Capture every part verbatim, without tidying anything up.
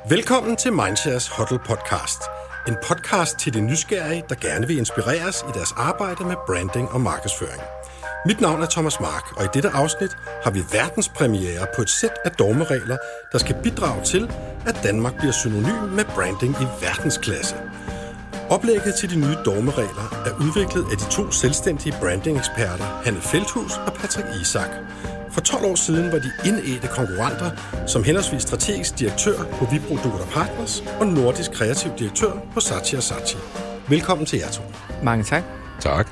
Velkommen til Mindshares Huddle podcast. En podcast til de nysgerrige, der gerne vil inspireres i deres arbejde med branding og markedsføring. Mit navn er Thomas Mark, og i dette afsnit har vi verdenspremiere på et sæt af dogmeregler, der skal bidrage til, at Danmark bliver synonym med branding i verdensklasse. Oplægget til de nye dogmeregler er udviklet af de to selvstændige branding-eksperter, Hanne Feldhus og Patrick Isak. For tolv år siden var de indædte konkurrenter som henholdsvis strategisk direktør på Viprodukt og Partners og nordisk kreativ direktør på Saatchi og Saatchi. Velkommen til jer to. Mange tak. Tak.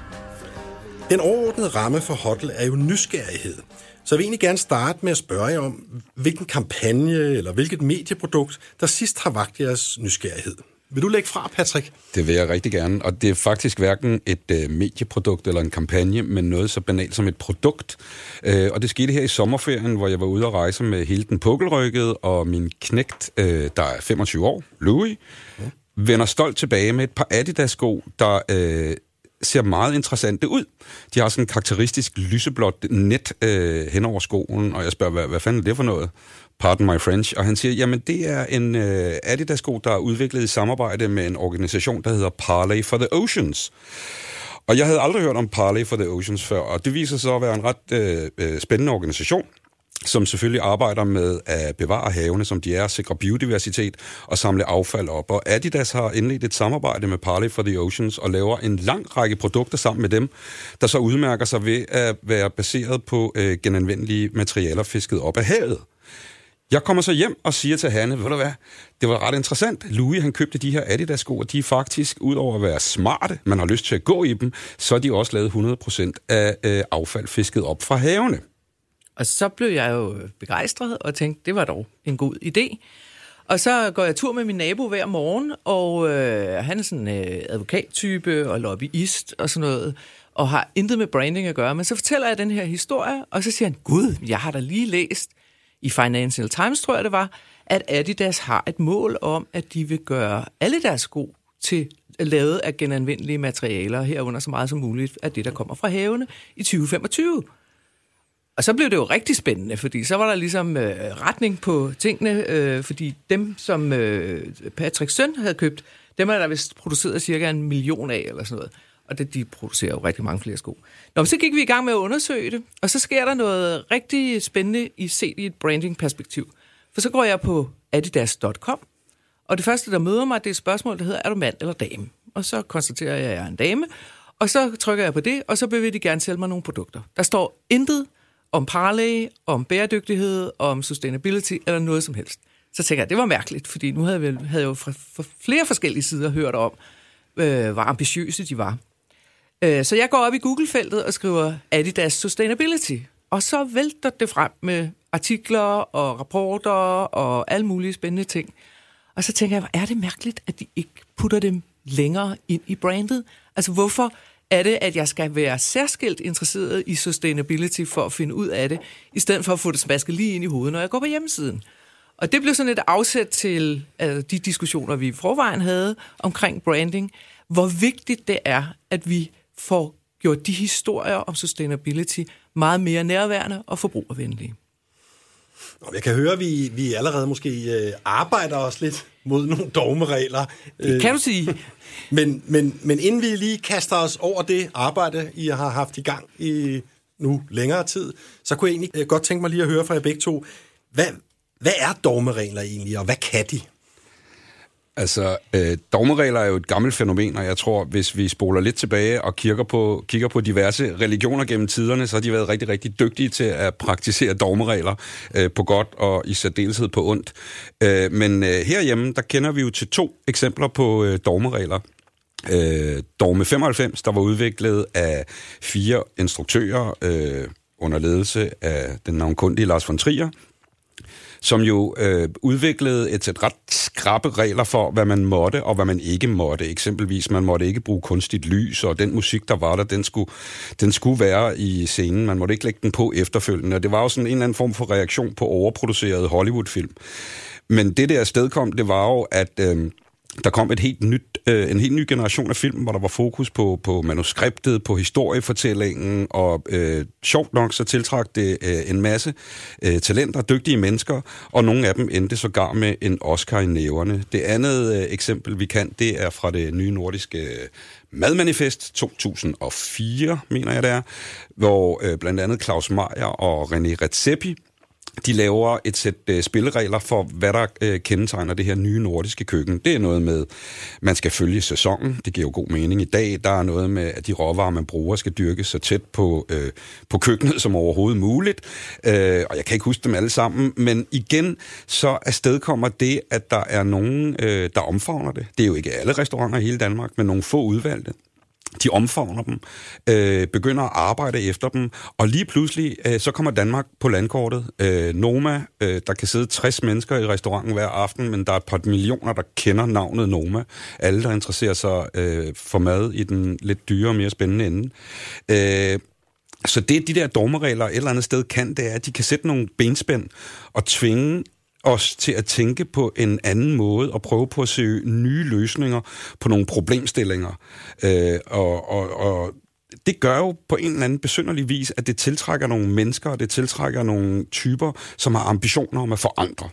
Den overordnede ramme for Huddle er jo nysgerrighed. Så jeg vil egentlig gerne starte med at spørge jer om, hvilken kampagne eller hvilket medieprodukt, der sidst har vakt jeres nysgerrighed. Vil du lægge fra, Patrick? Det vil jeg rigtig gerne, og det er faktisk hverken et øh, medieprodukt eller en kampagne, men noget så banalt som et produkt. Øh, og det skete her i sommerferien, hvor jeg var ude at rejse med hele den pukkelrykkede, og min knægt, øh, der er femogtyve år, Louis, ja. vender stolt tilbage med et par Adidas-sko, der øh, ser meget interessante ud. De har sådan en karakteristisk lyseblåt net øh, hen over skoen, og jeg spørger, hvad, hvad fanden er det for noget? Pardon my French. Og han siger, jamen det er en øh, Adidas-sko, der er udviklet i samarbejde med en organisation, der hedder Parley for the Oceans. Og jeg havde aldrig hørt om Parley for the Oceans før, og det viser sig at være en ret øh, øh, spændende organisation, som selvfølgelig arbejder med at bevare havene, som de er, sikre biodiversitet og samle affald op. Og Adidas har indledt et samarbejde med Parley for the Oceans og laver en lang række produkter sammen med dem, der så udmærker sig ved at være baseret på øh, genanvendelige materialer fisket op af havet. Jeg kommer så hjem og siger til Hanne, ved du hvad, det var ret interessant. Louis, han købte de her Adidas-sko, og de er faktisk, ud over at være smarte, man har lyst til at gå i dem, så er de også lavet hundrede procent af øh, affald fisket op fra havene. Og så blev jeg jo begejstret og tænkte, det var dog en god idé. Og så går jeg tur med min nabo hver morgen, og øh, han er sådan en øh, advokattype og lobbyist og sådan noget, og har intet med branding at gøre. Men så fortæller jeg den her historie, og så siger han, gud, jeg har da lige læst i Financial Times, tror jeg det var, at Adidas har et mål om, at de vil gøre alle deres sko til lavet af genanvendelige materialer, herunder så meget som muligt af det, der kommer fra havene i tyve femogtyve. Og så blev det jo rigtig spændende, fordi så var der ligesom øh, retning på tingene, øh, fordi dem, som øh, Patricks søn havde købt, dem er der vist produceret cirka en million af, eller sådan noget. Og det, de producerer jo rigtig mange flere sko. Nå, så gik vi i gang med at undersøge det, og så sker der noget rigtig spændende i set i et branding-perspektiv. For så går jeg på adidas punktum com, og det første, der møder mig, det er et spørgsmål, der hedder, er du mand eller dame? Og så konstaterer jeg, at jeg er en dame, og så trykker jeg på det, og så vil de gerne sælge mig nogle produkter. Der står intet om Parley, om bæredygtighed, om sustainability, eller noget som helst. Så tænker jeg, det var mærkeligt, fordi nu havde, vi, havde jeg jo fra, fra flere forskellige sider hørt om, øh, hvor ambitiøse de var. Så jeg går op i Google-feltet og skriver Adidas Sustainability, og så vælter det frem med artikler og rapporter og alle mulige spændende ting. Og så tænker jeg, hvor er det mærkeligt, at de ikke putter dem længere ind i brandet? Altså hvorfor er det, at jeg skal være særskilt interesseret i sustainability for at finde ud af det, i stedet for at få det smasket lige ind i hovedet, når jeg går på hjemmesiden? Og det blev sådan et afsæt til altså, de diskussioner, vi i forvejen havde omkring branding, hvor vigtigt det er, at vi får gjort de historier om sustainability meget mere nærværende og forbrugervenlige. Jeg kan høre, at vi, vi allerede måske øh, arbejder os lidt mod nogle dogmeregler. Det kan du sige. men, men, men inden vi lige kaster os over det arbejde, I har haft i gang i nu længere tid, så kunne jeg egentlig godt tænke mig lige at høre fra jer begge to. Hvad, hvad er dogmeregler egentlig, og hvad kan de? Altså, øh, dogmeregler er jo et gammelt fænomen, og jeg tror, hvis vi spoler lidt tilbage og kigger på, kigger på diverse religioner gennem tiderne, så har de været rigtig, rigtig dygtige til at praktisere dogmeregler øh, på godt og i særdeleshed på ondt. Øh, men øh, herhjemme, der kender vi jo til to eksempler på øh, dogmeregler. Øh, Dogme femoghalvfems, der var udviklet af fire instruktører øh, under ledelse af den navnkundige Lars von Trier, som jo øh, udviklede et sæt ret skrappe regler for, hvad man måtte og hvad man ikke måtte. Eksempelvis, man måtte ikke bruge kunstigt lys, og den musik, der var der, den skulle, den skulle være i scenen. Man måtte ikke lægge den på efterfølgende. Og det var jo sådan en eller anden form for reaktion på overproducerede Hollywood-film. Men det der afstedkom, det var jo, at øh, der kom et helt nyt øh, en helt ny generation af film, hvor der var fokus på, på manuskriptet, på historiefortællingen, og øh, sjovt nok så tiltrak det øh, en masse øh, talenter, dygtige mennesker, og nogle af dem endte sågar med en Oscar i næverne. Det andet øh, eksempel, vi kan, det er fra det nye nordiske øh, Madmanifest to tusind og fire, mener jeg det er, hvor øh, blandt andet Claus Meyer og René Redzepi, de laver et sæt øh, spilleregler for, hvad der øh, kendetegner det her nye nordiske køkken. Det er noget med, man skal følge sæsonen. Det giver jo god mening i dag. Der er noget med, at de råvarer, man bruger, skal dyrkes så tæt på, øh, på køkkenet som overhovedet muligt. Øh, og jeg kan ikke huske dem alle sammen. Men igen, så afstedkommer det, at der er nogen, øh, der omfavner det. Det er jo ikke alle restauranter i hele Danmark, men nogle få udvalgte. De omfavner dem, øh, begynder at arbejde efter dem, og lige pludselig, øh, så kommer Danmark på landkortet. Øh, Noma, øh, der kan sidde tres mennesker i restauranten hver aften, men der er et par millioner, der kender navnet Noma. Alle, der interesserer sig øh, for mad i den lidt dyre og mere spændende ende. Øh, så det, de der dogmeregler et eller andet sted kan, det er, at de kan sætte nogle benspænd og tvinge os til at tænke på en anden måde og prøve på at søge nye løsninger på nogle problemstillinger. Øh, og, og, og det gør jo på en eller anden besynderlig vis, at det tiltrækker nogle mennesker, og det tiltrækker nogle typer, som har ambitioner om at forandre.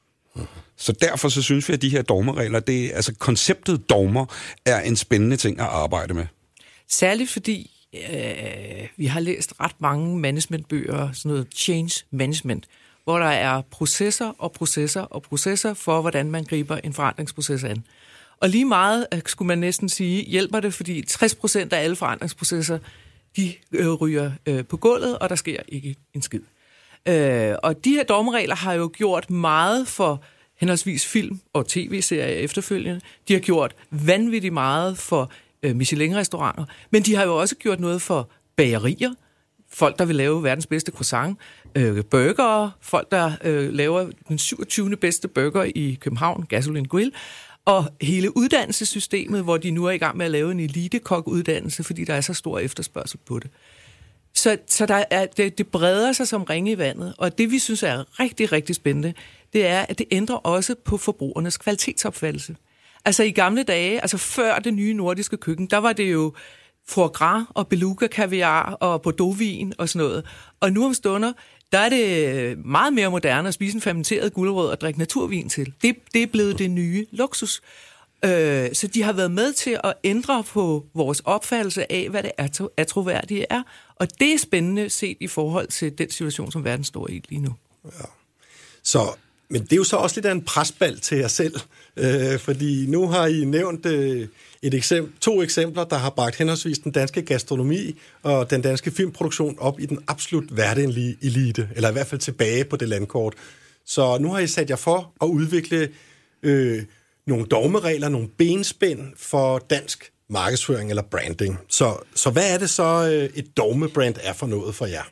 Så derfor så synes vi, at de her dogmeregler, det, altså konceptet dogmer, er en spændende ting at arbejde med. Særligt fordi øh, vi har læst ret mange managementbøger, sådan noget change management, hvor der er processer og processer og processer for, hvordan man griber en forandringsproces an. Og lige meget, skulle man næsten sige, hjælper det, fordi tres procent af alle forandringsprocesser, de øh, ryger øh, på gulvet, og der sker ikke en skid. Øh, og de her dogmeregler har jo gjort meget for henholdsvis film og tv-serier efterfølgende. De har gjort vanvittigt meget for øh, Michelin-restauranter, men de har jo også gjort noget for bagerier, folk, der vil lave verdens bedste croissant, øh, burgere, folk, der øh, laver den syvogtyvende bedste burger i København, Gasoline Grill, og hele uddannelsessystemet, hvor de nu er i gang med at lave en elitekok-uddannelse, fordi der er så stor efterspørgsel på det. Så, så der er, det, det breder sig som ringe i vandet, og det, vi synes er rigtig, rigtig spændende, det er, at det ændrer også på forbrugernes kvalitetsopfattelse. Altså i gamle dage, altså før det nye nordiske køkken, der var det jo foie gras og beluga kaviar og bordeauxvin og sådan noget. Og nu om stunder, der er det meget mere moderne at spise en fermenteret gulerod og drikke naturvin til. Det, det er blevet det nye luksus. Øh, så de har været med til at ændre på vores opfattelse af, hvad det attråværdige er. Og det er spændende set i forhold til den situation, som verden står i lige nu. Ja. Så, men det er jo så også lidt af en presbald til jer selv, øh, fordi nu har I nævnt øh, et eksempel, to eksempler, der har bragt henholdsvis den danske gastronomi og den danske filmproduktion op i den absolut verdenlige elite, eller i hvert fald tilbage på det landkort. Så nu har I sat jer for at udvikle øh, nogle dogmeregler, nogle benspænd for dansk markedsføring eller branding. Så, så hvad er det så, øh, et dogmebrand er for noget for jer?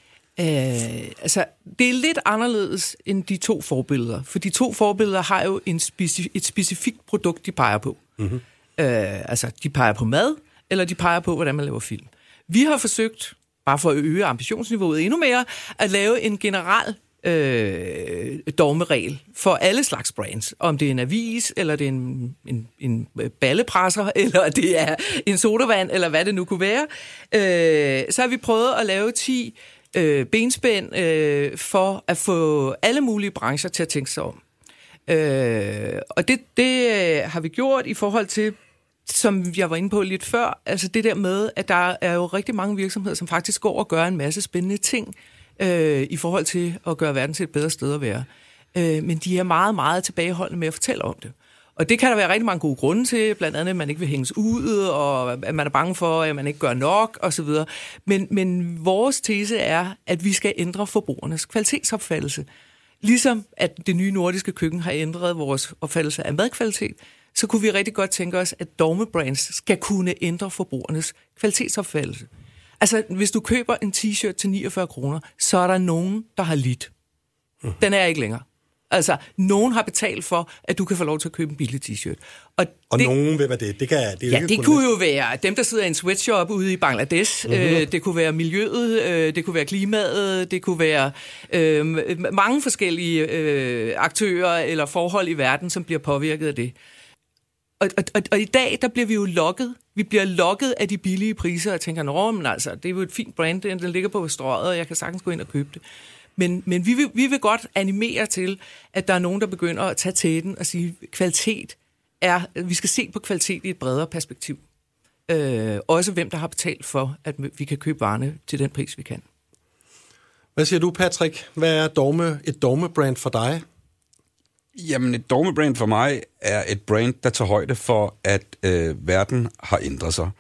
Øh, altså, det er lidt anderledes end de to forbilleder, for de to forbilleder har jo en specif- et specifikt produkt, de peger på. Mm-hmm. Øh, altså, de peger på mad, eller de peger på, hvordan man laver film. Vi har forsøgt, bare for at øge ambitionsniveauet endnu mere, at lave en generel øh, dogmeregel for alle slags brands. Om det er en avis, eller det er en, en, en ballepresser, eller det er en sodavand, eller hvad det nu kunne være. Øh, så har vi prøvet at lave ti øh, benspænd øh, for at få alle mulige brancher til at tænke sig om. Øh, og det, det har vi gjort i forhold til, som jeg var inde på lidt før, altså det der med, at der er jo rigtig mange virksomheder, som faktisk går og gør en masse spændende ting øh, i forhold til at gøre verden til et bedre sted at være. Øh, men de er meget, meget tilbageholdende med at fortælle om det. Og det kan der være rigtig mange gode grunde til, blandt andet, at man ikke vil hænges ud, og at man er bange for, at man ikke gør nok, osv. Men, men vores tese er, at vi skal ændre forbrugernes kvalitetsopfattelse. Ligesom at det nye nordiske køkken har ændret vores opfattelse af madkvalitet, så kunne vi rigtig godt tænke os, at dogmebrands skal kunne ændre forbrugernes kvalitetsopfattelse. Altså, hvis du køber en t-shirt til niogfyrre kroner, så er der nogen, der har lidt. Den er ikke længere. Altså, nogen har betalt for, at du kan få lov til at købe en billig t-shirt. Og, og det, nogen, hvad det? Det, kan, det, ja, det kunne jo være dem, der sidder i en sweatshop ude i Bangladesh. Mm-hmm. Øh, det kunne være miljøet, øh, det kunne være klimaet, det kunne være øh, mange forskellige øh, aktører eller forhold i verden, som bliver påvirket af det. Og, og, og, og i dag, der bliver vi jo lokket. Vi bliver lokket af de billige priser, og tænker, nå, men altså, det er jo et fint brand, den ligger på strøget, og jeg kan sagtens gå ind og købe det. Men, men vi, vil, vi vil godt animere til, at der er nogen, der begynder at tage tæten og sige, kvalitet er, vi skal se på kvalitet i et bredere perspektiv. Øh, også hvem, der har betalt for, at vi kan købe varerne til den pris, vi kan. Hvad siger du, Patrick? Hvad er dogme, et dogme-brand for dig? Jamen, et dogme-brand for mig er et brand, der tager højde for, at øh, verden har ændret sig.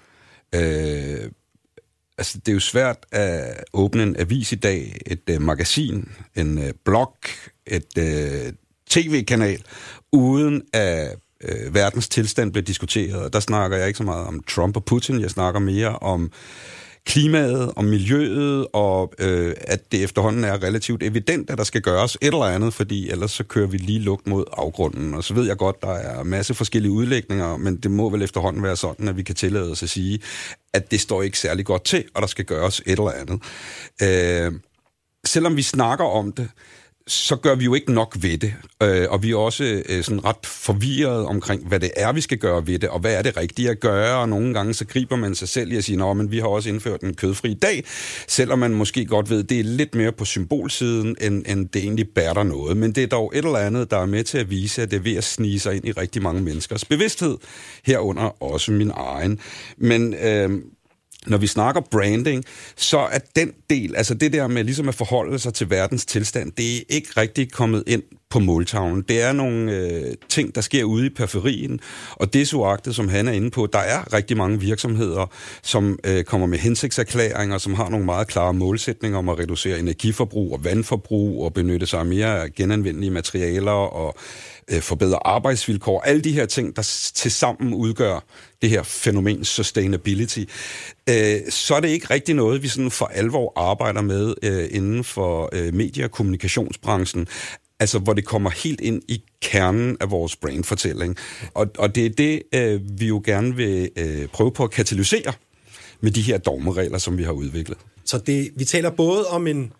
Øh, altså, det er jo svært at åbne en avis i dag, et øh, magasin, en øh, blog, et øh, tv-kanal, uden at øh, verdens tilstand bliver diskuteret. Og der snakker jeg ikke så meget om Trump og Putin, jeg snakker mere om klimaet, om miljøet, og øh, at det efterhånden er relativt evident, at der skal gøres et eller andet, fordi ellers så kører vi lige lugt mod afgrunden. Og så ved jeg godt, der er masse forskellige udlægninger, men det må vel efterhånden være sådan, at vi kan tillade os at sige, at det står ikke særlig godt til, og der skal gøres et eller andet. Øh, selvom vi snakker om det, så gør vi jo ikke nok ved det, øh, og vi er også øh, sådan ret forvirret omkring, hvad det er, vi skal gøre ved det, og hvad er det rigtige at gøre, og nogle gange så griber man sig selv i at sige, nå, men vi har også indført en kødfri dag, selvom man måske godt ved, det er lidt mere på symbolsiden, end, end det egentlig bærer noget, men det er dog et eller andet, der er med til at vise, at det er ved at snige sig ind i rigtig mange menneskers bevidsthed, herunder også min egen. Men øh, når vi snakker branding, så er den del, altså det der med ligesom at forholde sig til verdens tilstand, det er ikke rigtig kommet ind på måltavlen. Det er nogle øh, ting, der sker ude i periferien, og desuagtet, som han er inde på, der er rigtig mange virksomheder, som øh, kommer med hensigtserklæringer, som har nogle meget klare målsætninger om at reducere energiforbrug og vandforbrug og benytte sig af mere genanvendelige materialer og øh, forbedre arbejdsvilkår. Alle de her ting, der tilsammen udgør det her fænomen sustainability, øh, så er det ikke rigtig noget, vi sådan for alvor arbejder med øh, inden for øh, medie- og kommunikationsbranchen. Altså, hvor det kommer helt ind i kernen af vores brandfortælling. Og, og det er det, øh, vi jo gerne vil øh, prøve på at katalysere med de her dogmeregler, som vi har udviklet. Så det, vi taler både om en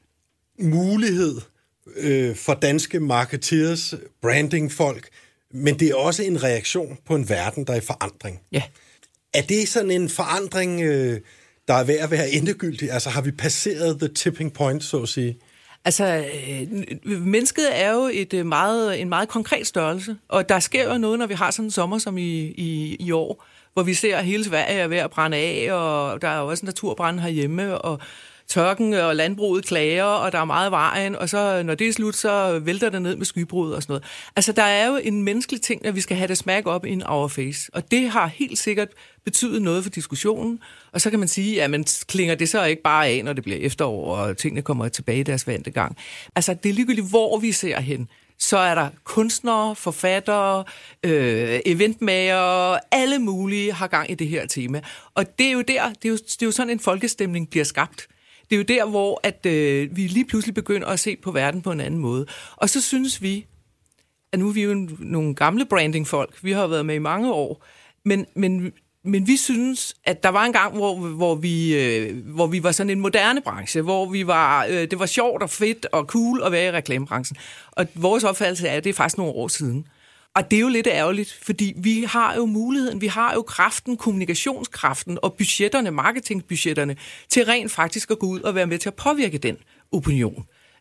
mulighed øh, for danske marketeers, brandingfolk, men det er også en reaktion på en verden, der er i forandring. Ja. Er det sådan en forandring, øh, der er ved at være endegyldig? Altså, har vi passeret the tipping point, så at sige? Altså, øh, mennesket er jo et meget, en meget konkret størrelse, og der sker jo noget, når vi har sådan en sommer som i, i, i år, hvor vi ser, at hele Sverige er ved at brænde af, og der er jo også en naturbrand herhjemme, og tørken og landbruget klager, og der er meget vejen, og så når det er slut, så vælter det ned med skybrud og sådan noget. Altså, der er jo en menneskelig ting, at vi skal have det smack op in our face, og det har helt sikkert betydet noget for diskussionen, og så kan man sige, ja, men klinger det så ikke bare af, når det bliver efterår, og tingene kommer tilbage i deres vante gang. Altså, det er ligegyldigt, hvor vi ser hen. Så er der kunstnere, forfattere, øh, eventmagere, alle mulige har gang i det her tema. Og det er jo der, det er jo, det er jo sådan en folkestemning bliver skabt. Det er jo der, hvor at, øh, vi lige pludselig begynder at se på verden på en anden måde. Og så synes vi, at nu er vi jo nogle gamle brandingfolk, vi har været med i mange år, men, men, men vi synes, at der var en gang, hvor, hvor, vi, øh, hvor vi var sådan en moderne branche, hvor vi var, øh, det var sjovt og fedt og cool at være i reklamebranchen. Og vores opfattelse er, at det er faktisk nogle år siden. Og det er jo lidt ærgerligt, fordi vi har jo muligheden, vi har jo kraften, kommunikationskraften og budgetterne, marketingbudgetterne, til rent faktisk at gå ud og være med til at påvirke den opinion.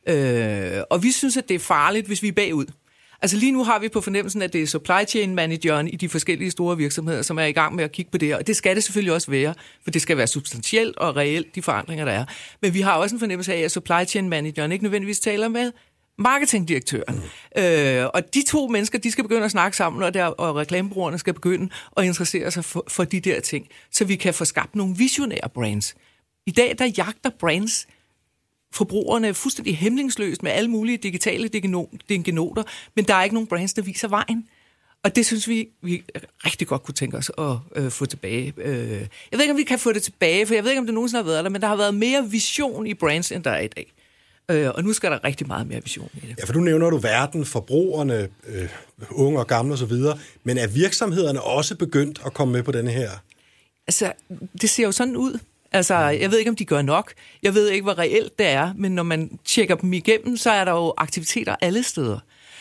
Øh, og vi synes, at det er farligt, hvis vi er bagud. Altså lige nu har vi på fornemmelsen, at det er supply chain manageren i de forskellige store virksomheder, som er i gang med at kigge på det her. Og det skal det selvfølgelig også være, for det skal være substantielt og reelt, de forandringer, der er. Men vi har også en fornemmelse af, at supply chain manageren ikke nødvendigvis taler med marketingdirektøren. Mm. Øh, og de to mennesker, de skal begynde at snakke sammen, og, der, og reklamebrugerne skal begynde at interessere sig for, for de der ting, så vi kan få skabt nogle visionære brands. I dag, der jagter brands forbrugerne fuldstændig hæmningsløst med alle mulige digitale dingenoter, men der er ikke nogen brands, der viser vejen. Og det synes vi, vi rigtig godt kunne tænke os at øh, få tilbage. Øh, jeg ved ikke, om vi kan få det tilbage, for jeg ved ikke, om det nogensinde har været der, men der har været mere vision i brands, end der er i dag. Øh, og nu skal der rigtig meget mere vision i det. Ja, for nu nævner du verden, forbrugerne, øh, unge og gamle osv., men er virksomhederne også begyndt at komme med på denne her? Altså, det ser jo sådan ud. Altså, jeg ved ikke, om de gør nok. Jeg ved ikke, hvor reelt det er, men når man tjekker dem igennem, så er der jo aktiviteter alle steder.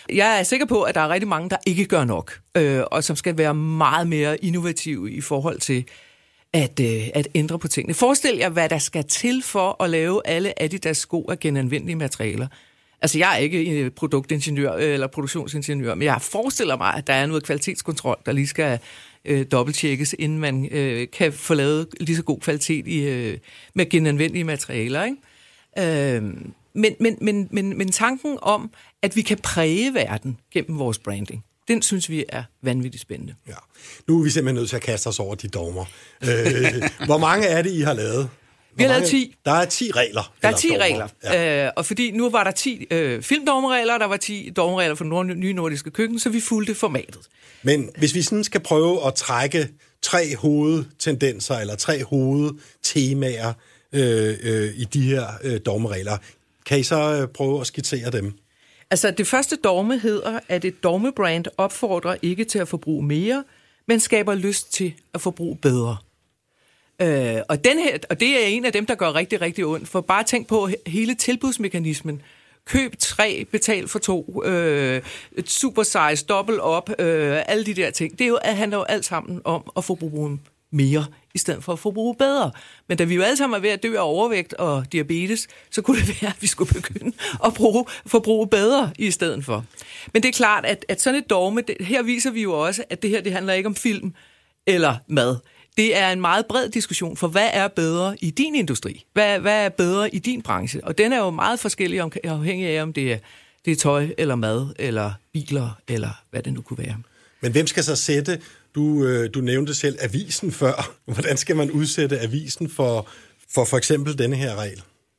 Jeg er sikker på, at der er rigtig mange, der ikke gør nok, øh, og som skal være meget mere innovative i forhold til at, øh, at ændre på tingene. Forestil jer, hvad der skal til for at lave alle Adidas sko af genanvendelige materialer. Altså, jeg er ikke produktingeniør eller produktionsingeniør, men jeg forestiller mig, at der er noget kvalitetskontrol, der lige skal øh, dobbelttjekkes, inden man øh, kan få lavet lige så god kvalitet i, øh, med genanvendelige materialer, ikke? Øh, men, men, men, men, men tanken om, at vi kan præge verden gennem vores branding, den synes vi er vanvittigt spændende. Ja. Nu er vi simpelthen nødt til at kaste os over de dogmer. Øh, hvor mange er det, I har lavet? Vi har lavet ti. Der er ti regler. Der er ti dogmer. regler. Ja. Øh, og fordi nu var der ti øh, filmdogmeregler, der var ti dogmeregler for nord- nye nordiske køkken, så vi fulgte formatet. Men hvis vi sådan skal prøve at trække tre hovedtendenser, eller tre hovedtemaer øh, øh, i de her øh, dogmeregler, kan I så øh, prøve at skitsere dem? Altså, det første dogme hedder, at et dogmebrand opfordrer ikke til at forbruge mere, men skaber lyst til at forbruge bedre. Øh, og, den her, og det er en af dem, der gør rigtig, rigtig ondt. For bare tænk på hele tilbudsmekanismen. Køb tre, betal for to, øh, super size, dobbelt op, øh, alle de der ting. Det er jo, handler jo alt sammen om at forbruge mere, i stedet for at forbruge bedre. Men da vi jo alle sammen er ved at dø af overvægt og diabetes, så kunne det være, at vi skulle begynde at bruge, forbruge bedre i stedet for. Men det er klart, at, at sådan et dogme, det, her viser vi jo også, at det her det handler ikke om film eller mad. Det er en meget bred diskussion, for hvad er bedre i din industri? Hvad, hvad er bedre i din branche? Og den er jo meget forskellig afhængig af, om det er, det er tøj eller mad eller biler eller hvad det nu kunne være. Men hvem skal så sætte, du, du nævnte selv avisen før, hvordan skal man udsætte avisen for for, for eksempel denne her regel?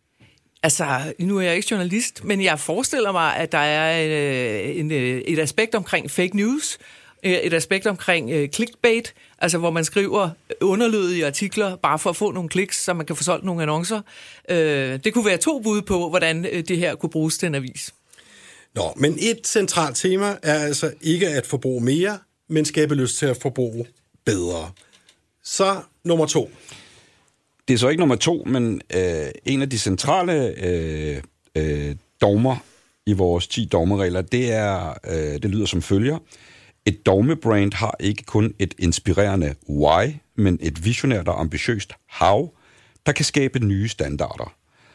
Altså, nu er jeg ikke journalist, men jeg forestiller mig, at der er en, en, et aspekt omkring fake news, et aspekt omkring uh, clickbait, altså hvor man skriver underlødige artikler, bare for at få nogle kliks, så man kan få solgt nogle annoncer. Uh, det kunne være to bud på, hvordan uh, det her kunne bruges til en avis. Nå, men et centralt tema er altså ikke at forbruge mere, men skabe lyst til at forbruge bedre. Så nummer to. Det er så ikke nummer to, men øh, en af de centrale øh, øh, dogmer i vores ti dogmeregler, det er, øh, det lyder som følger. Et dogmebrand har ikke kun et inspirerende why, men et visionært og ambitiøst how, der kan skabe nye standarder.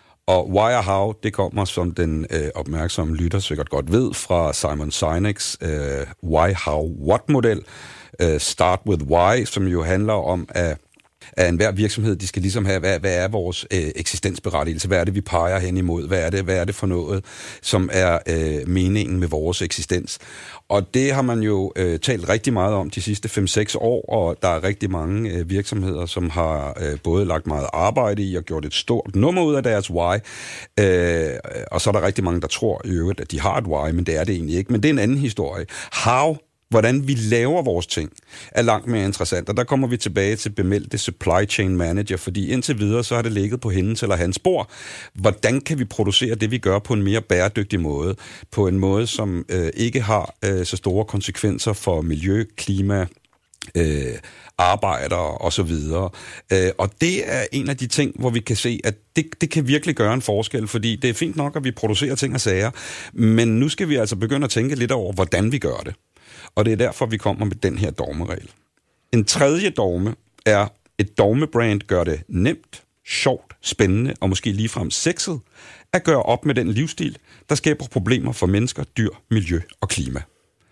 Og why og how, det kommer, som den øh, opmærksomme lytter sikkert godt ved, fra Simon Sinek's øh, why, how, what-model. Øh, Start with why, som jo handler om, at at enhver virksomhed, de skal ligesom have, hvad, hvad er vores øh, eksistensberettigelse, hvad er det, vi peger hen imod, hvad er det, hvad er det for noget, som er øh, meningen med vores eksistens. Og det har man jo øh, talt rigtig meget om de sidste fem seks år, og der er rigtig mange øh, virksomheder, som har øh, både lagt meget arbejde i og gjort et stort nummer ud af deres why, øh, og så er der rigtig mange, der tror i øvrigt, at de har et why, men det er det egentlig ikke. Men det er en anden historie. How? Hvordan vi laver vores ting, er langt mere interessant. Og der kommer vi tilbage til bemeldte supply chain manager, fordi indtil videre, så har det ligget på hendes eller hans bord. Hvordan kan vi producere det, vi gør på en mere bæredygtig måde? På en måde, som øh, ikke har øh, så store konsekvenser for miljø, klima, øh, arbejdere og så videre. Øh, og det er en af de ting, hvor vi kan se, at det, det kan virkelig gøre en forskel, fordi det er fint nok, at vi producerer ting og sager, men nu skal vi altså begynde at tænke lidt over, hvordan vi gør det. Og det er derfor, vi kommer med den her dogmeregel. En tredje dogme er, et dogmebrand gør det nemt, sjovt, spændende og måske ligefrem sexet at gøre op med den livsstil, der skaber problemer for mennesker, dyr, miljø og klima.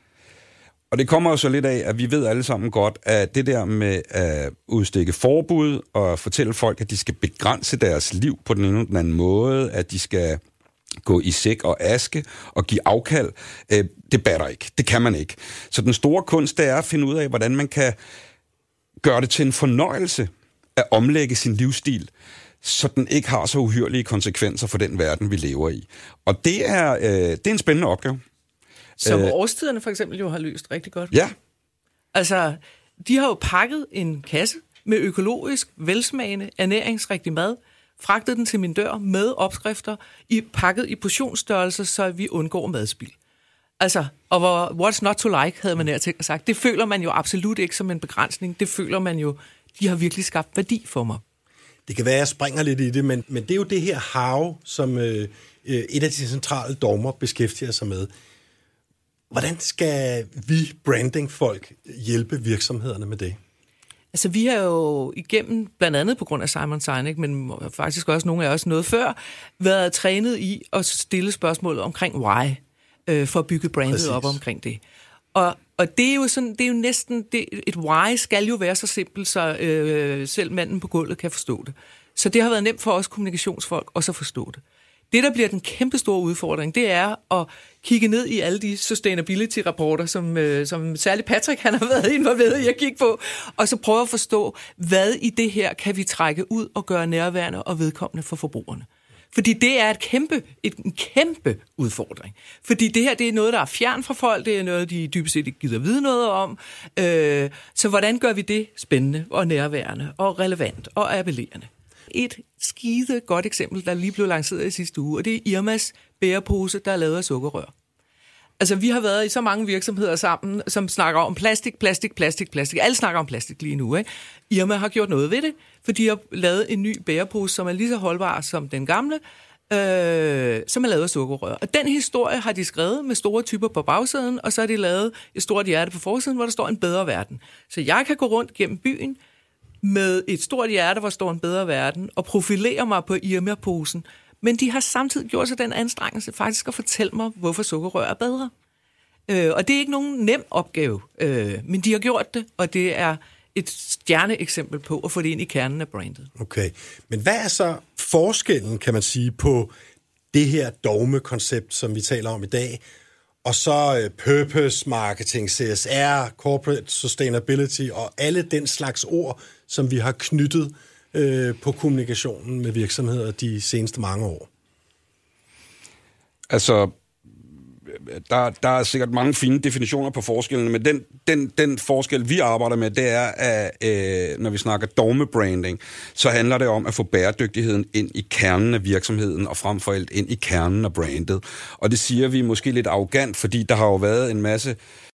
Og det kommer jo så lidt af, at vi ved alle sammen godt, at det der med at udstikke forbud og fortælle folk, at de skal begrænse deres liv på den ene eller den anden måde, at de skal gå i sæk og aske og give afkald, øh, det batter ikke. Det kan man ikke. Så den store kunst, det er at finde ud af, hvordan man kan gøre det til en fornøjelse at omlægge sin livsstil, så den ikke har så uhyrlige konsekvenser for den verden, vi lever i. Og det er, øh, det er en spændende opgave. Som øh, årstiderne for eksempel jo har løst rigtig godt. Ja. Altså, de har jo pakket en kasse med økologisk, velsmagende, ernæringsrigtig mad, fragtede den til min dør med opskrifter, i, pakket i portionsstørrelse, så vi undgår madspild. Altså, og hvor, what's not to like, havde man nær til at sagt. Det føler man jo absolut ikke som en begrænsning. Det føler man jo, de har virkelig skabt værdi for mig. Det kan være, at jeg springer lidt i det, men, men det er jo det her how, som øh, et af de centrale dogmer beskæftiger sig med. Hvordan skal vi brandingfolk hjælpe virksomhederne med det? Altså, vi har jo igennem, blandt andet på grund af Simon Sinek, men faktisk også nogle af os noget før, været trænet i at stille spørgsmålet omkring why, øh, for at bygge brandet Præcis. Op omkring det. Og, og det er jo sådan, det er jo næsten, det, et why skal jo være så simpelt, så øh, selv manden på gulvet kan forstå det. Så det har været nemt for os kommunikationsfolk også at forstå det. Det, der bliver den kæmpe store udfordring, det er at kigge ned i alle de sustainability-rapporter, som, øh, som særligt Patrick han har været involveret i at kigge på, og så prøve at forstå, hvad i det her kan vi trække ud og gøre nærværende og vedkommende for forbrugerne. Fordi det er et kæmpe, et, en kæmpe udfordring. Fordi det her, det er noget, der er fjern fra folk, det er noget, de dybest set ikke gider vide noget om. Øh, så hvordan gør vi det spændende og nærværende og relevant og appellerende? Et skide godt eksempel, der lige blev lanceret i sidste uge, og det er Irmas bærepose, der er lavet af sukkerrør. Altså, vi har været i så mange virksomheder sammen, som snakker om plastik, plastik, plastik, plastik. Alle snakker om plastik lige nu, ikke? Irma har gjort noget ved det, for de har lavet en ny bærepose, som er lige så holdbar som den gamle, øh, som er lavet af sukkerrør. Og den historie har de skrevet med store typer på bagsiden, og så har de lavet et stort hjerte på forsiden, hvor der står en bedre verden. Så jeg kan gå rundt gennem byen med et stort hjerte, hvor står en bedre verden, og profilere mig på Irma-posen. Men de har samtidig gjort sig den anstrengelse faktisk at fortælle mig, hvorfor sukkerrør er bedre. Øh, og det er ikke nogen nem opgave, øh, men de har gjort det, og det er et stjerneeksempel på at få det ind i kernen af brandet. Okay, men hvad er så forskellen, kan man sige, på det her dogme-koncept, som vi taler om i dag, og så uh, purpose marketing, C S R, corporate sustainability og alle den slags ord, som vi har knyttet uh, på kommunikationen med virksomheder de seneste mange år? Altså, der, der er sikkert mange fine definitioner på forskellene, men den, den, den forskel, vi arbejder med, det er, at øh, når vi snakker dogme-branding, så handler det om at få bæredygtigheden ind i kernen af virksomheden, og frem for alt ind i kernen af brandet. Og det siger vi måske lidt arrogant, fordi der har jo været en masse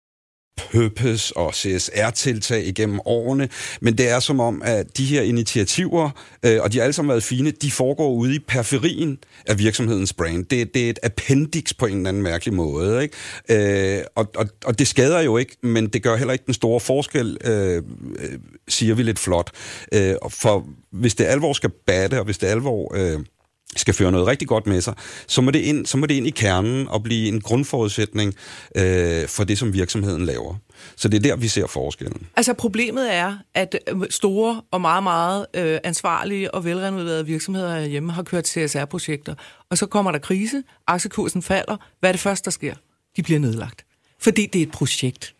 purpose og C S R-tiltag igennem årene, men det er som om, at de her initiativer, øh, og de har alle sammen været fine, de foregår ude i periferien af virksomhedens brand. Det, det er et appendix på en eller anden mærkelig måde, ikke? Øh, og, og, og det skader jo ikke, men det gør heller ikke den store forskel, øh, øh, siger vi lidt flot. Øh, for hvis det alvor skal batte, og hvis det alvor øh, skal føre noget rigtig godt med sig, så må det ind, så må det ind i kernen og blive en grundforudsætning øh, for det, som virksomheden laver. Så det er der, vi ser forskellen. Altså problemet er, at store og meget, meget øh, ansvarlige og velrenoverede virksomheder hjemme har kørt C S R-projekter, og så kommer der krise, aktiekursen falder. Hvad er det første, der sker? De bliver nedlagt. Fordi det er et projekt,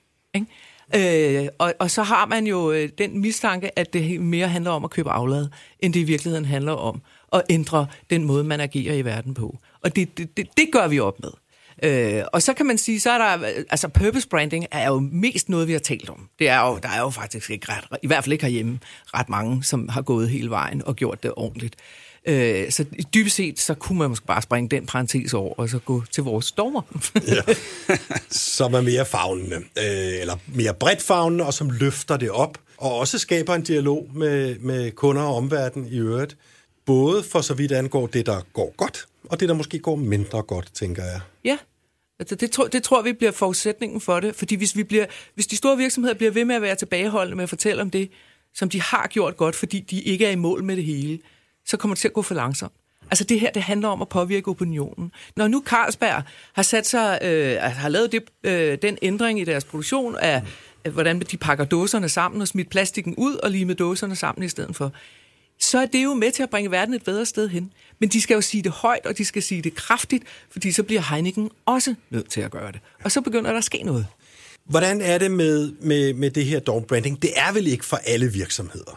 ikke? Øh, og, og så har man jo øh, den mistanke, at det mere handler om at købe aflad, end det i virkeligheden handler om at ændre den måde, man agerer i verden på. Og det, det, det, det gør vi op med. Øh, og så kan man sige, så er der, altså purpose branding er jo mest noget, vi har talt om. Det er jo, der er jo faktisk ikke ret, i hvert fald ikke herhjemme, ret mange, som har gået hele vejen og gjort det ordentligt. Øh, så dybest set, så kunne man måske bare springe den parentes over, og så gå til vores dogmer. Ja. Som er mere favnende, øh, eller mere bredt favnende, og som løfter det op, og også skaber en dialog med, med kunder og omverden i øvrigt. Både for så vidt angår det, der går godt, og det, der måske går mindre godt, tænker jeg. Ja, altså det, tror, det tror vi bliver forudsætningen for det, fordi hvis, vi bliver, hvis de store virksomheder bliver ved med at være tilbageholdende med at fortælle om det, som de har gjort godt, fordi de ikke er i mål med det hele, så kommer det til at gå for langsomt. Altså det her, det handler om at påvirke opinionen. Når nu Carlsberg har sat sig, øh, har lavet det, øh, den ændring i deres produktion af, af, hvordan de pakker dåserne sammen og smidt plastikken ud og limer dåserne sammen i stedet for, så er det jo med til at bringe verden et bedre sted hen. Men de skal jo sige det højt, og de skal sige det kraftigt, fordi så bliver Heineken også nødt til at gøre det. Og så begynder der at ske noget. Hvordan er det med, med, med det her dogme branding? Det er vel ikke for alle virksomheder?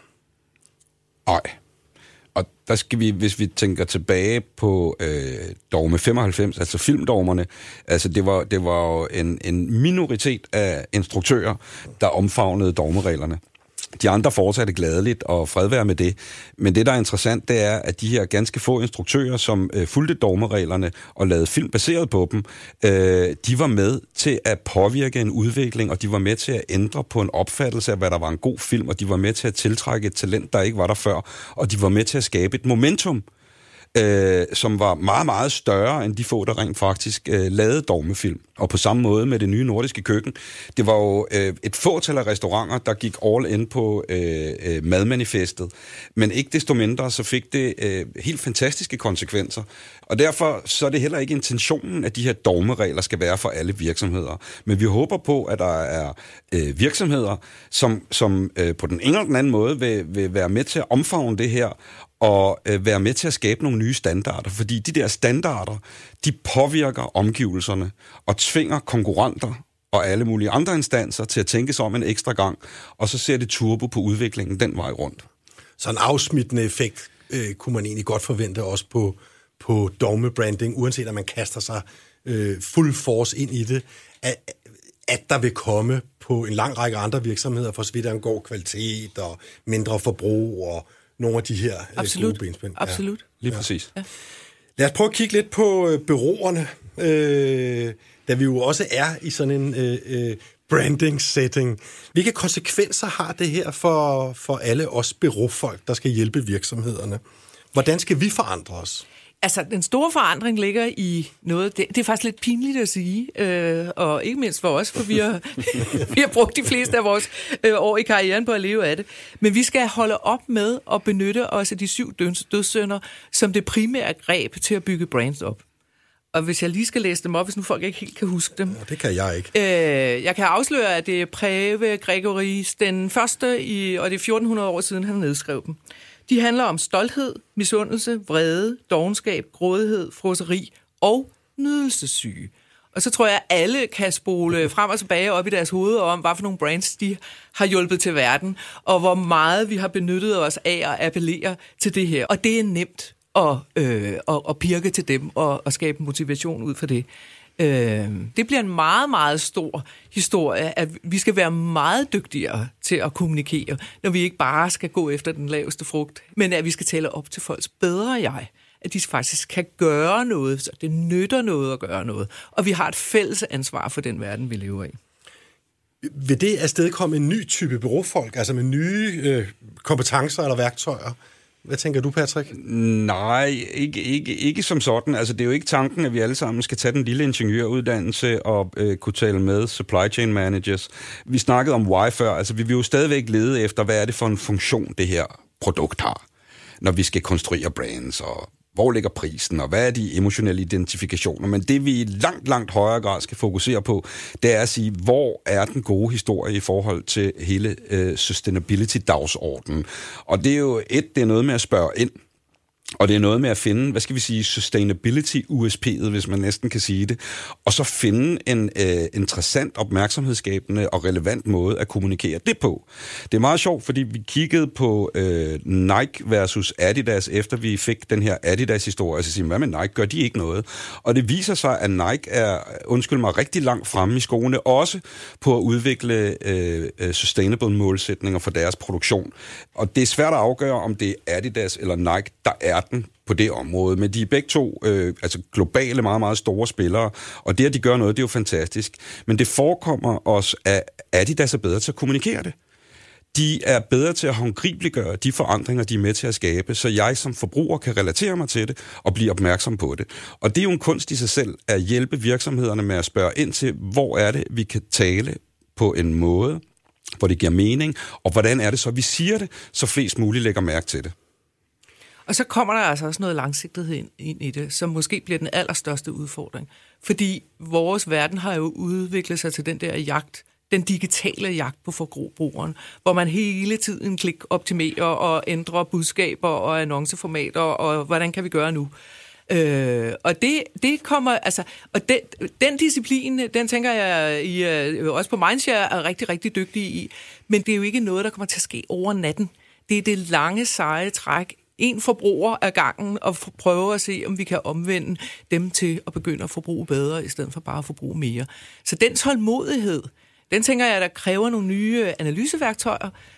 Nej. Og der skal vi, hvis vi tænker tilbage på øh, dogme femoghalvfems, altså filmdogmerne, altså det var, det var jo en, en minoritet af instruktører, der omfavnede dogmereglerne. De andre fortsatte gladeligt, og fred være med det. Men det, der er interessant, det er, at de her ganske få instruktører, som øh, fulgte dogmereglerne og lavede film baseret på dem, øh, de var med til at påvirke en udvikling, og de var med til at ændre på en opfattelse af, hvad der var en god film, og de var med til at tiltrække et talent, der ikke var der før, og de var med til at skabe et momentum øh, som var meget, meget større end de få, der rent faktisk øh, lavede dogmefilm. Og på samme måde med det nye nordiske køkken. Det var jo øh, et fåtal af restauranter, der gik all in på øh, øh, madmanifestet. Men ikke desto mindre, så fik det øh, helt fantastiske konsekvenser. Og derfor så er det heller ikke intentionen, at de her dogmeregler skal være for alle virksomheder. Men vi håber på, at der er øh, virksomheder, som, som øh, på den ene eller den anden måde vil, vil være med til at omfavne det her, og øh, være med til at skabe nogle nye standarder. Fordi de der standarder, de påvirker omgivelserne og tvinger konkurrenter og alle mulige andre instanser til at tænke sig om en ekstra gang, og så ser det turbo på udviklingen den vej rundt. Så en afsmittende effekt øh, kunne man egentlig godt forvente også på, på dogmebranding, uanset at man kaster sig øh, fuld force ind i det, at, at der vil komme på en lang række andre virksomheder, for så vidt angår kvalitet og mindre forbrug og nogle af de her Absolut. gode benspænd. Absolut. Ja. Lige præcis. Ja. Lad os prøve at kigge lidt på øh, bureauerne, øh, da vi jo også er i sådan en øh, øh, branding-setting. Hvilke konsekvenser har det her for, for alle os bureaufolk, der skal hjælpe virksomhederne? Hvordan skal vi forandre os? Altså, den store forandring ligger i noget, det, det er faktisk lidt pinligt at sige, øh, og ikke mindst for os, for vi har, vi har brugt de fleste af vores øh, år i karrieren på at leve af det. Men vi skal holde op med at benytte os af de syv dødssynder som det primære greb til at bygge brands op. Og hvis jeg lige skal læse dem op, hvis nu folk ikke helt kan huske dem. Ja, det kan jeg ikke. Øh, jeg kan afsløre, at det er Preve Gregoris, den første, i, og det er fjorten hundrede år siden, han nedskrev dem. De handler om stolthed, misundelse, vrede, dovenskab, grådighed, fråseri og nydelsessyge. Og så tror jeg, at alle kan spole frem og tilbage op i deres hoveder om, hvad for nogle brands de har hjulpet til verden, og hvor meget vi har benyttet os af at appellere til det her. Og det er nemt at, øh, at, at pirke til dem og at skabe motivation ud for det. Øh, det bliver en meget, meget stor historie, at vi skal være meget dygtigere til at kommunikere, når vi ikke bare skal gå efter den laveste frugt, men at vi skal tale op til folks bedre jeg, at de faktisk kan gøre noget, så det nytter noget at gøre noget, og vi har et fælles ansvar for den verden, vi lever i. Vil det afstedkomme en ny type bureaufolk, altså med nye øh, kompetencer eller værktøjer? Hvad tænker du, Patrick? Nej, ikke, ikke, ikke som sådan. Altså, det er jo ikke tanken, at vi alle sammen skal tage den lille ingeniøruddannelse og øh, kunne tale med supply chain managers. Vi snakkede om why før. Altså, vi vil jo stadigvæk lede efter, hvad er det for en funktion, det her produkt har, når vi skal konstruere brands, og hvor ligger prisen, og hvad er de emotionelle identifikationer. Men det, vi i langt, langt højere grad skal fokusere på, det er at sige, hvor er den gode historie i forhold til hele øh, sustainability-dagsordenen. Og det er jo et, det er noget med at spørge ind, og det er noget med at finde, hvad skal vi sige, sustainability-U S P'et, hvis man næsten kan sige det, og så finde en øh, interessant, opmærksomhedsskabende og relevant måde at kommunikere det på. Det er meget sjovt, fordi vi kiggede på øh, Nike versus Adidas, efter vi fik den her Adidas-historie, så siger hvad med Nike, gør de ikke noget? Og det viser sig, at Nike er, undskyld mig, rigtig langt fremme i skoene, også på at udvikle øh, sustainable målsætninger for deres produktion. Og det er svært at afgøre, om det er Adidas eller Nike, der er den på det område, men de er begge to øh, altså globale, meget, meget store spillere, og det, at de gør noget, det er jo fantastisk. Men det forekommer os, at Adidas er bedre til at kommunikere det. De er bedre til at håndgribeligøre de forandringer, de er med til at skabe, så jeg som forbruger kan relatere mig til det og blive opmærksom på det. Og det er jo en kunst i sig selv, at hjælpe virksomhederne med at spørge ind til, hvor er det, vi kan tale på en måde, hvor det giver mening, og hvordan er det så, vi siger det, så flest muligt lægger mærke til det. Og så kommer der altså også noget langsigtighed ind, ind i det, som måske bliver den allerstørste udfordring. Fordi vores verden har jo udviklet sig til den der jagt, den digitale jagt på forbrugeren, hvor man hele tiden klik-optimerer og ændrer budskaber og annonceformater, og hvordan kan vi gøre nu? Øh, og det, det kommer, altså, og den, den disciplin, den tænker jeg, I, også på Mindshare er rigtig, rigtig dygtige i, men det er jo ikke noget, der kommer til at ske over natten. Det er det lange, seje træk, en forbruger ad gangen, og prøve at se, om vi kan omvende dem til at begynde at forbruge bedre, i stedet for bare at forbruge mere. Så den tålmodighed, den tænker jeg, der kræver nogle nye analyseværktøjer,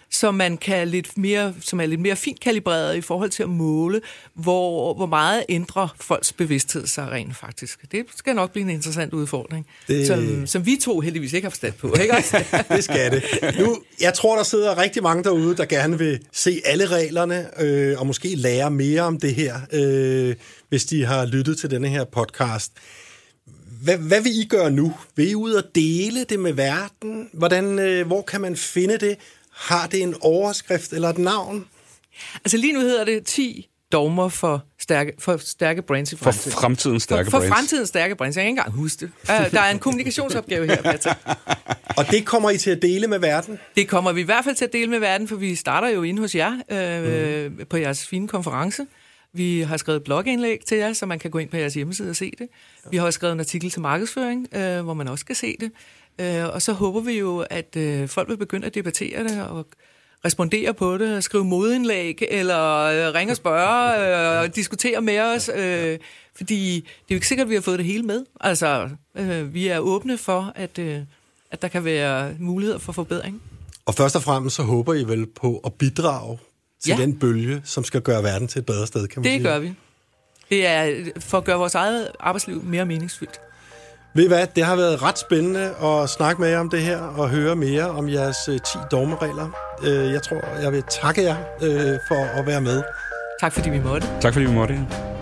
som man kan lidt mere, som er lidt mere fint kalibreret i forhold til at måle, hvor, hvor meget ændrer folks bevidsthed sig rent faktisk. Det skal nok blive en interessant udfordring, det... som, som vi to heldigvis ikke har forstand på, ikke også? Det skal det. Nu, jeg tror, der sidder rigtig mange derude, der gerne vil se alle reglerne, øh, og måske lære mere om det her, øh, hvis de har lyttet til denne her podcast. Hvad, hvad vil I gøre nu? Vil I ud og dele det med verden? Hvordan, øh, hvor kan man finde det? Har det en overskrift eller et navn? Altså lige nu hedder det ti dogmer for stærke, for stærke brands i fremtiden. For fremtidens stærke for, for brands. For fremtidens stærke brands. Jeg kan ikke engang huske det. Uh, der er en kommunikationsopgave her, Peter. Og det kommer I til at dele med verden? Det kommer vi i hvert fald til at dele med verden, for vi starter jo inde hos jer øh, mm. på jeres fine konference. Vi har skrevet blogindlæg til jer, så man kan gå ind på jeres hjemmeside og se det. Vi har også skrevet en artikel til markedsføring, øh, hvor man også kan se det. Øh, og så håber vi jo, at øh, folk vil begynde at debattere det og respondere på det, skrive modindlæg eller øh, ringe og spørge øh, og diskutere med os. Øh, fordi det er jo ikke sikkert, at vi har fået det hele med. Altså, øh, vi er åbne for, at, øh, at der kan være muligheder for forbedring. Og først og fremmest så håber I vel på at bidrage til ja. den bølge, som skal gøre verden til et bedre sted, kan man det sige. Det gør vi. Det er for at gøre vores eget arbejdsliv mere meningsfyldt. Ved I hvad, det har været ret spændende at snakke med jer om det her, og høre mere om jeres ti dogmeregler. Jeg tror, jeg vil takke jer for at være med. Tak fordi vi måtte. Tak fordi vi måtte.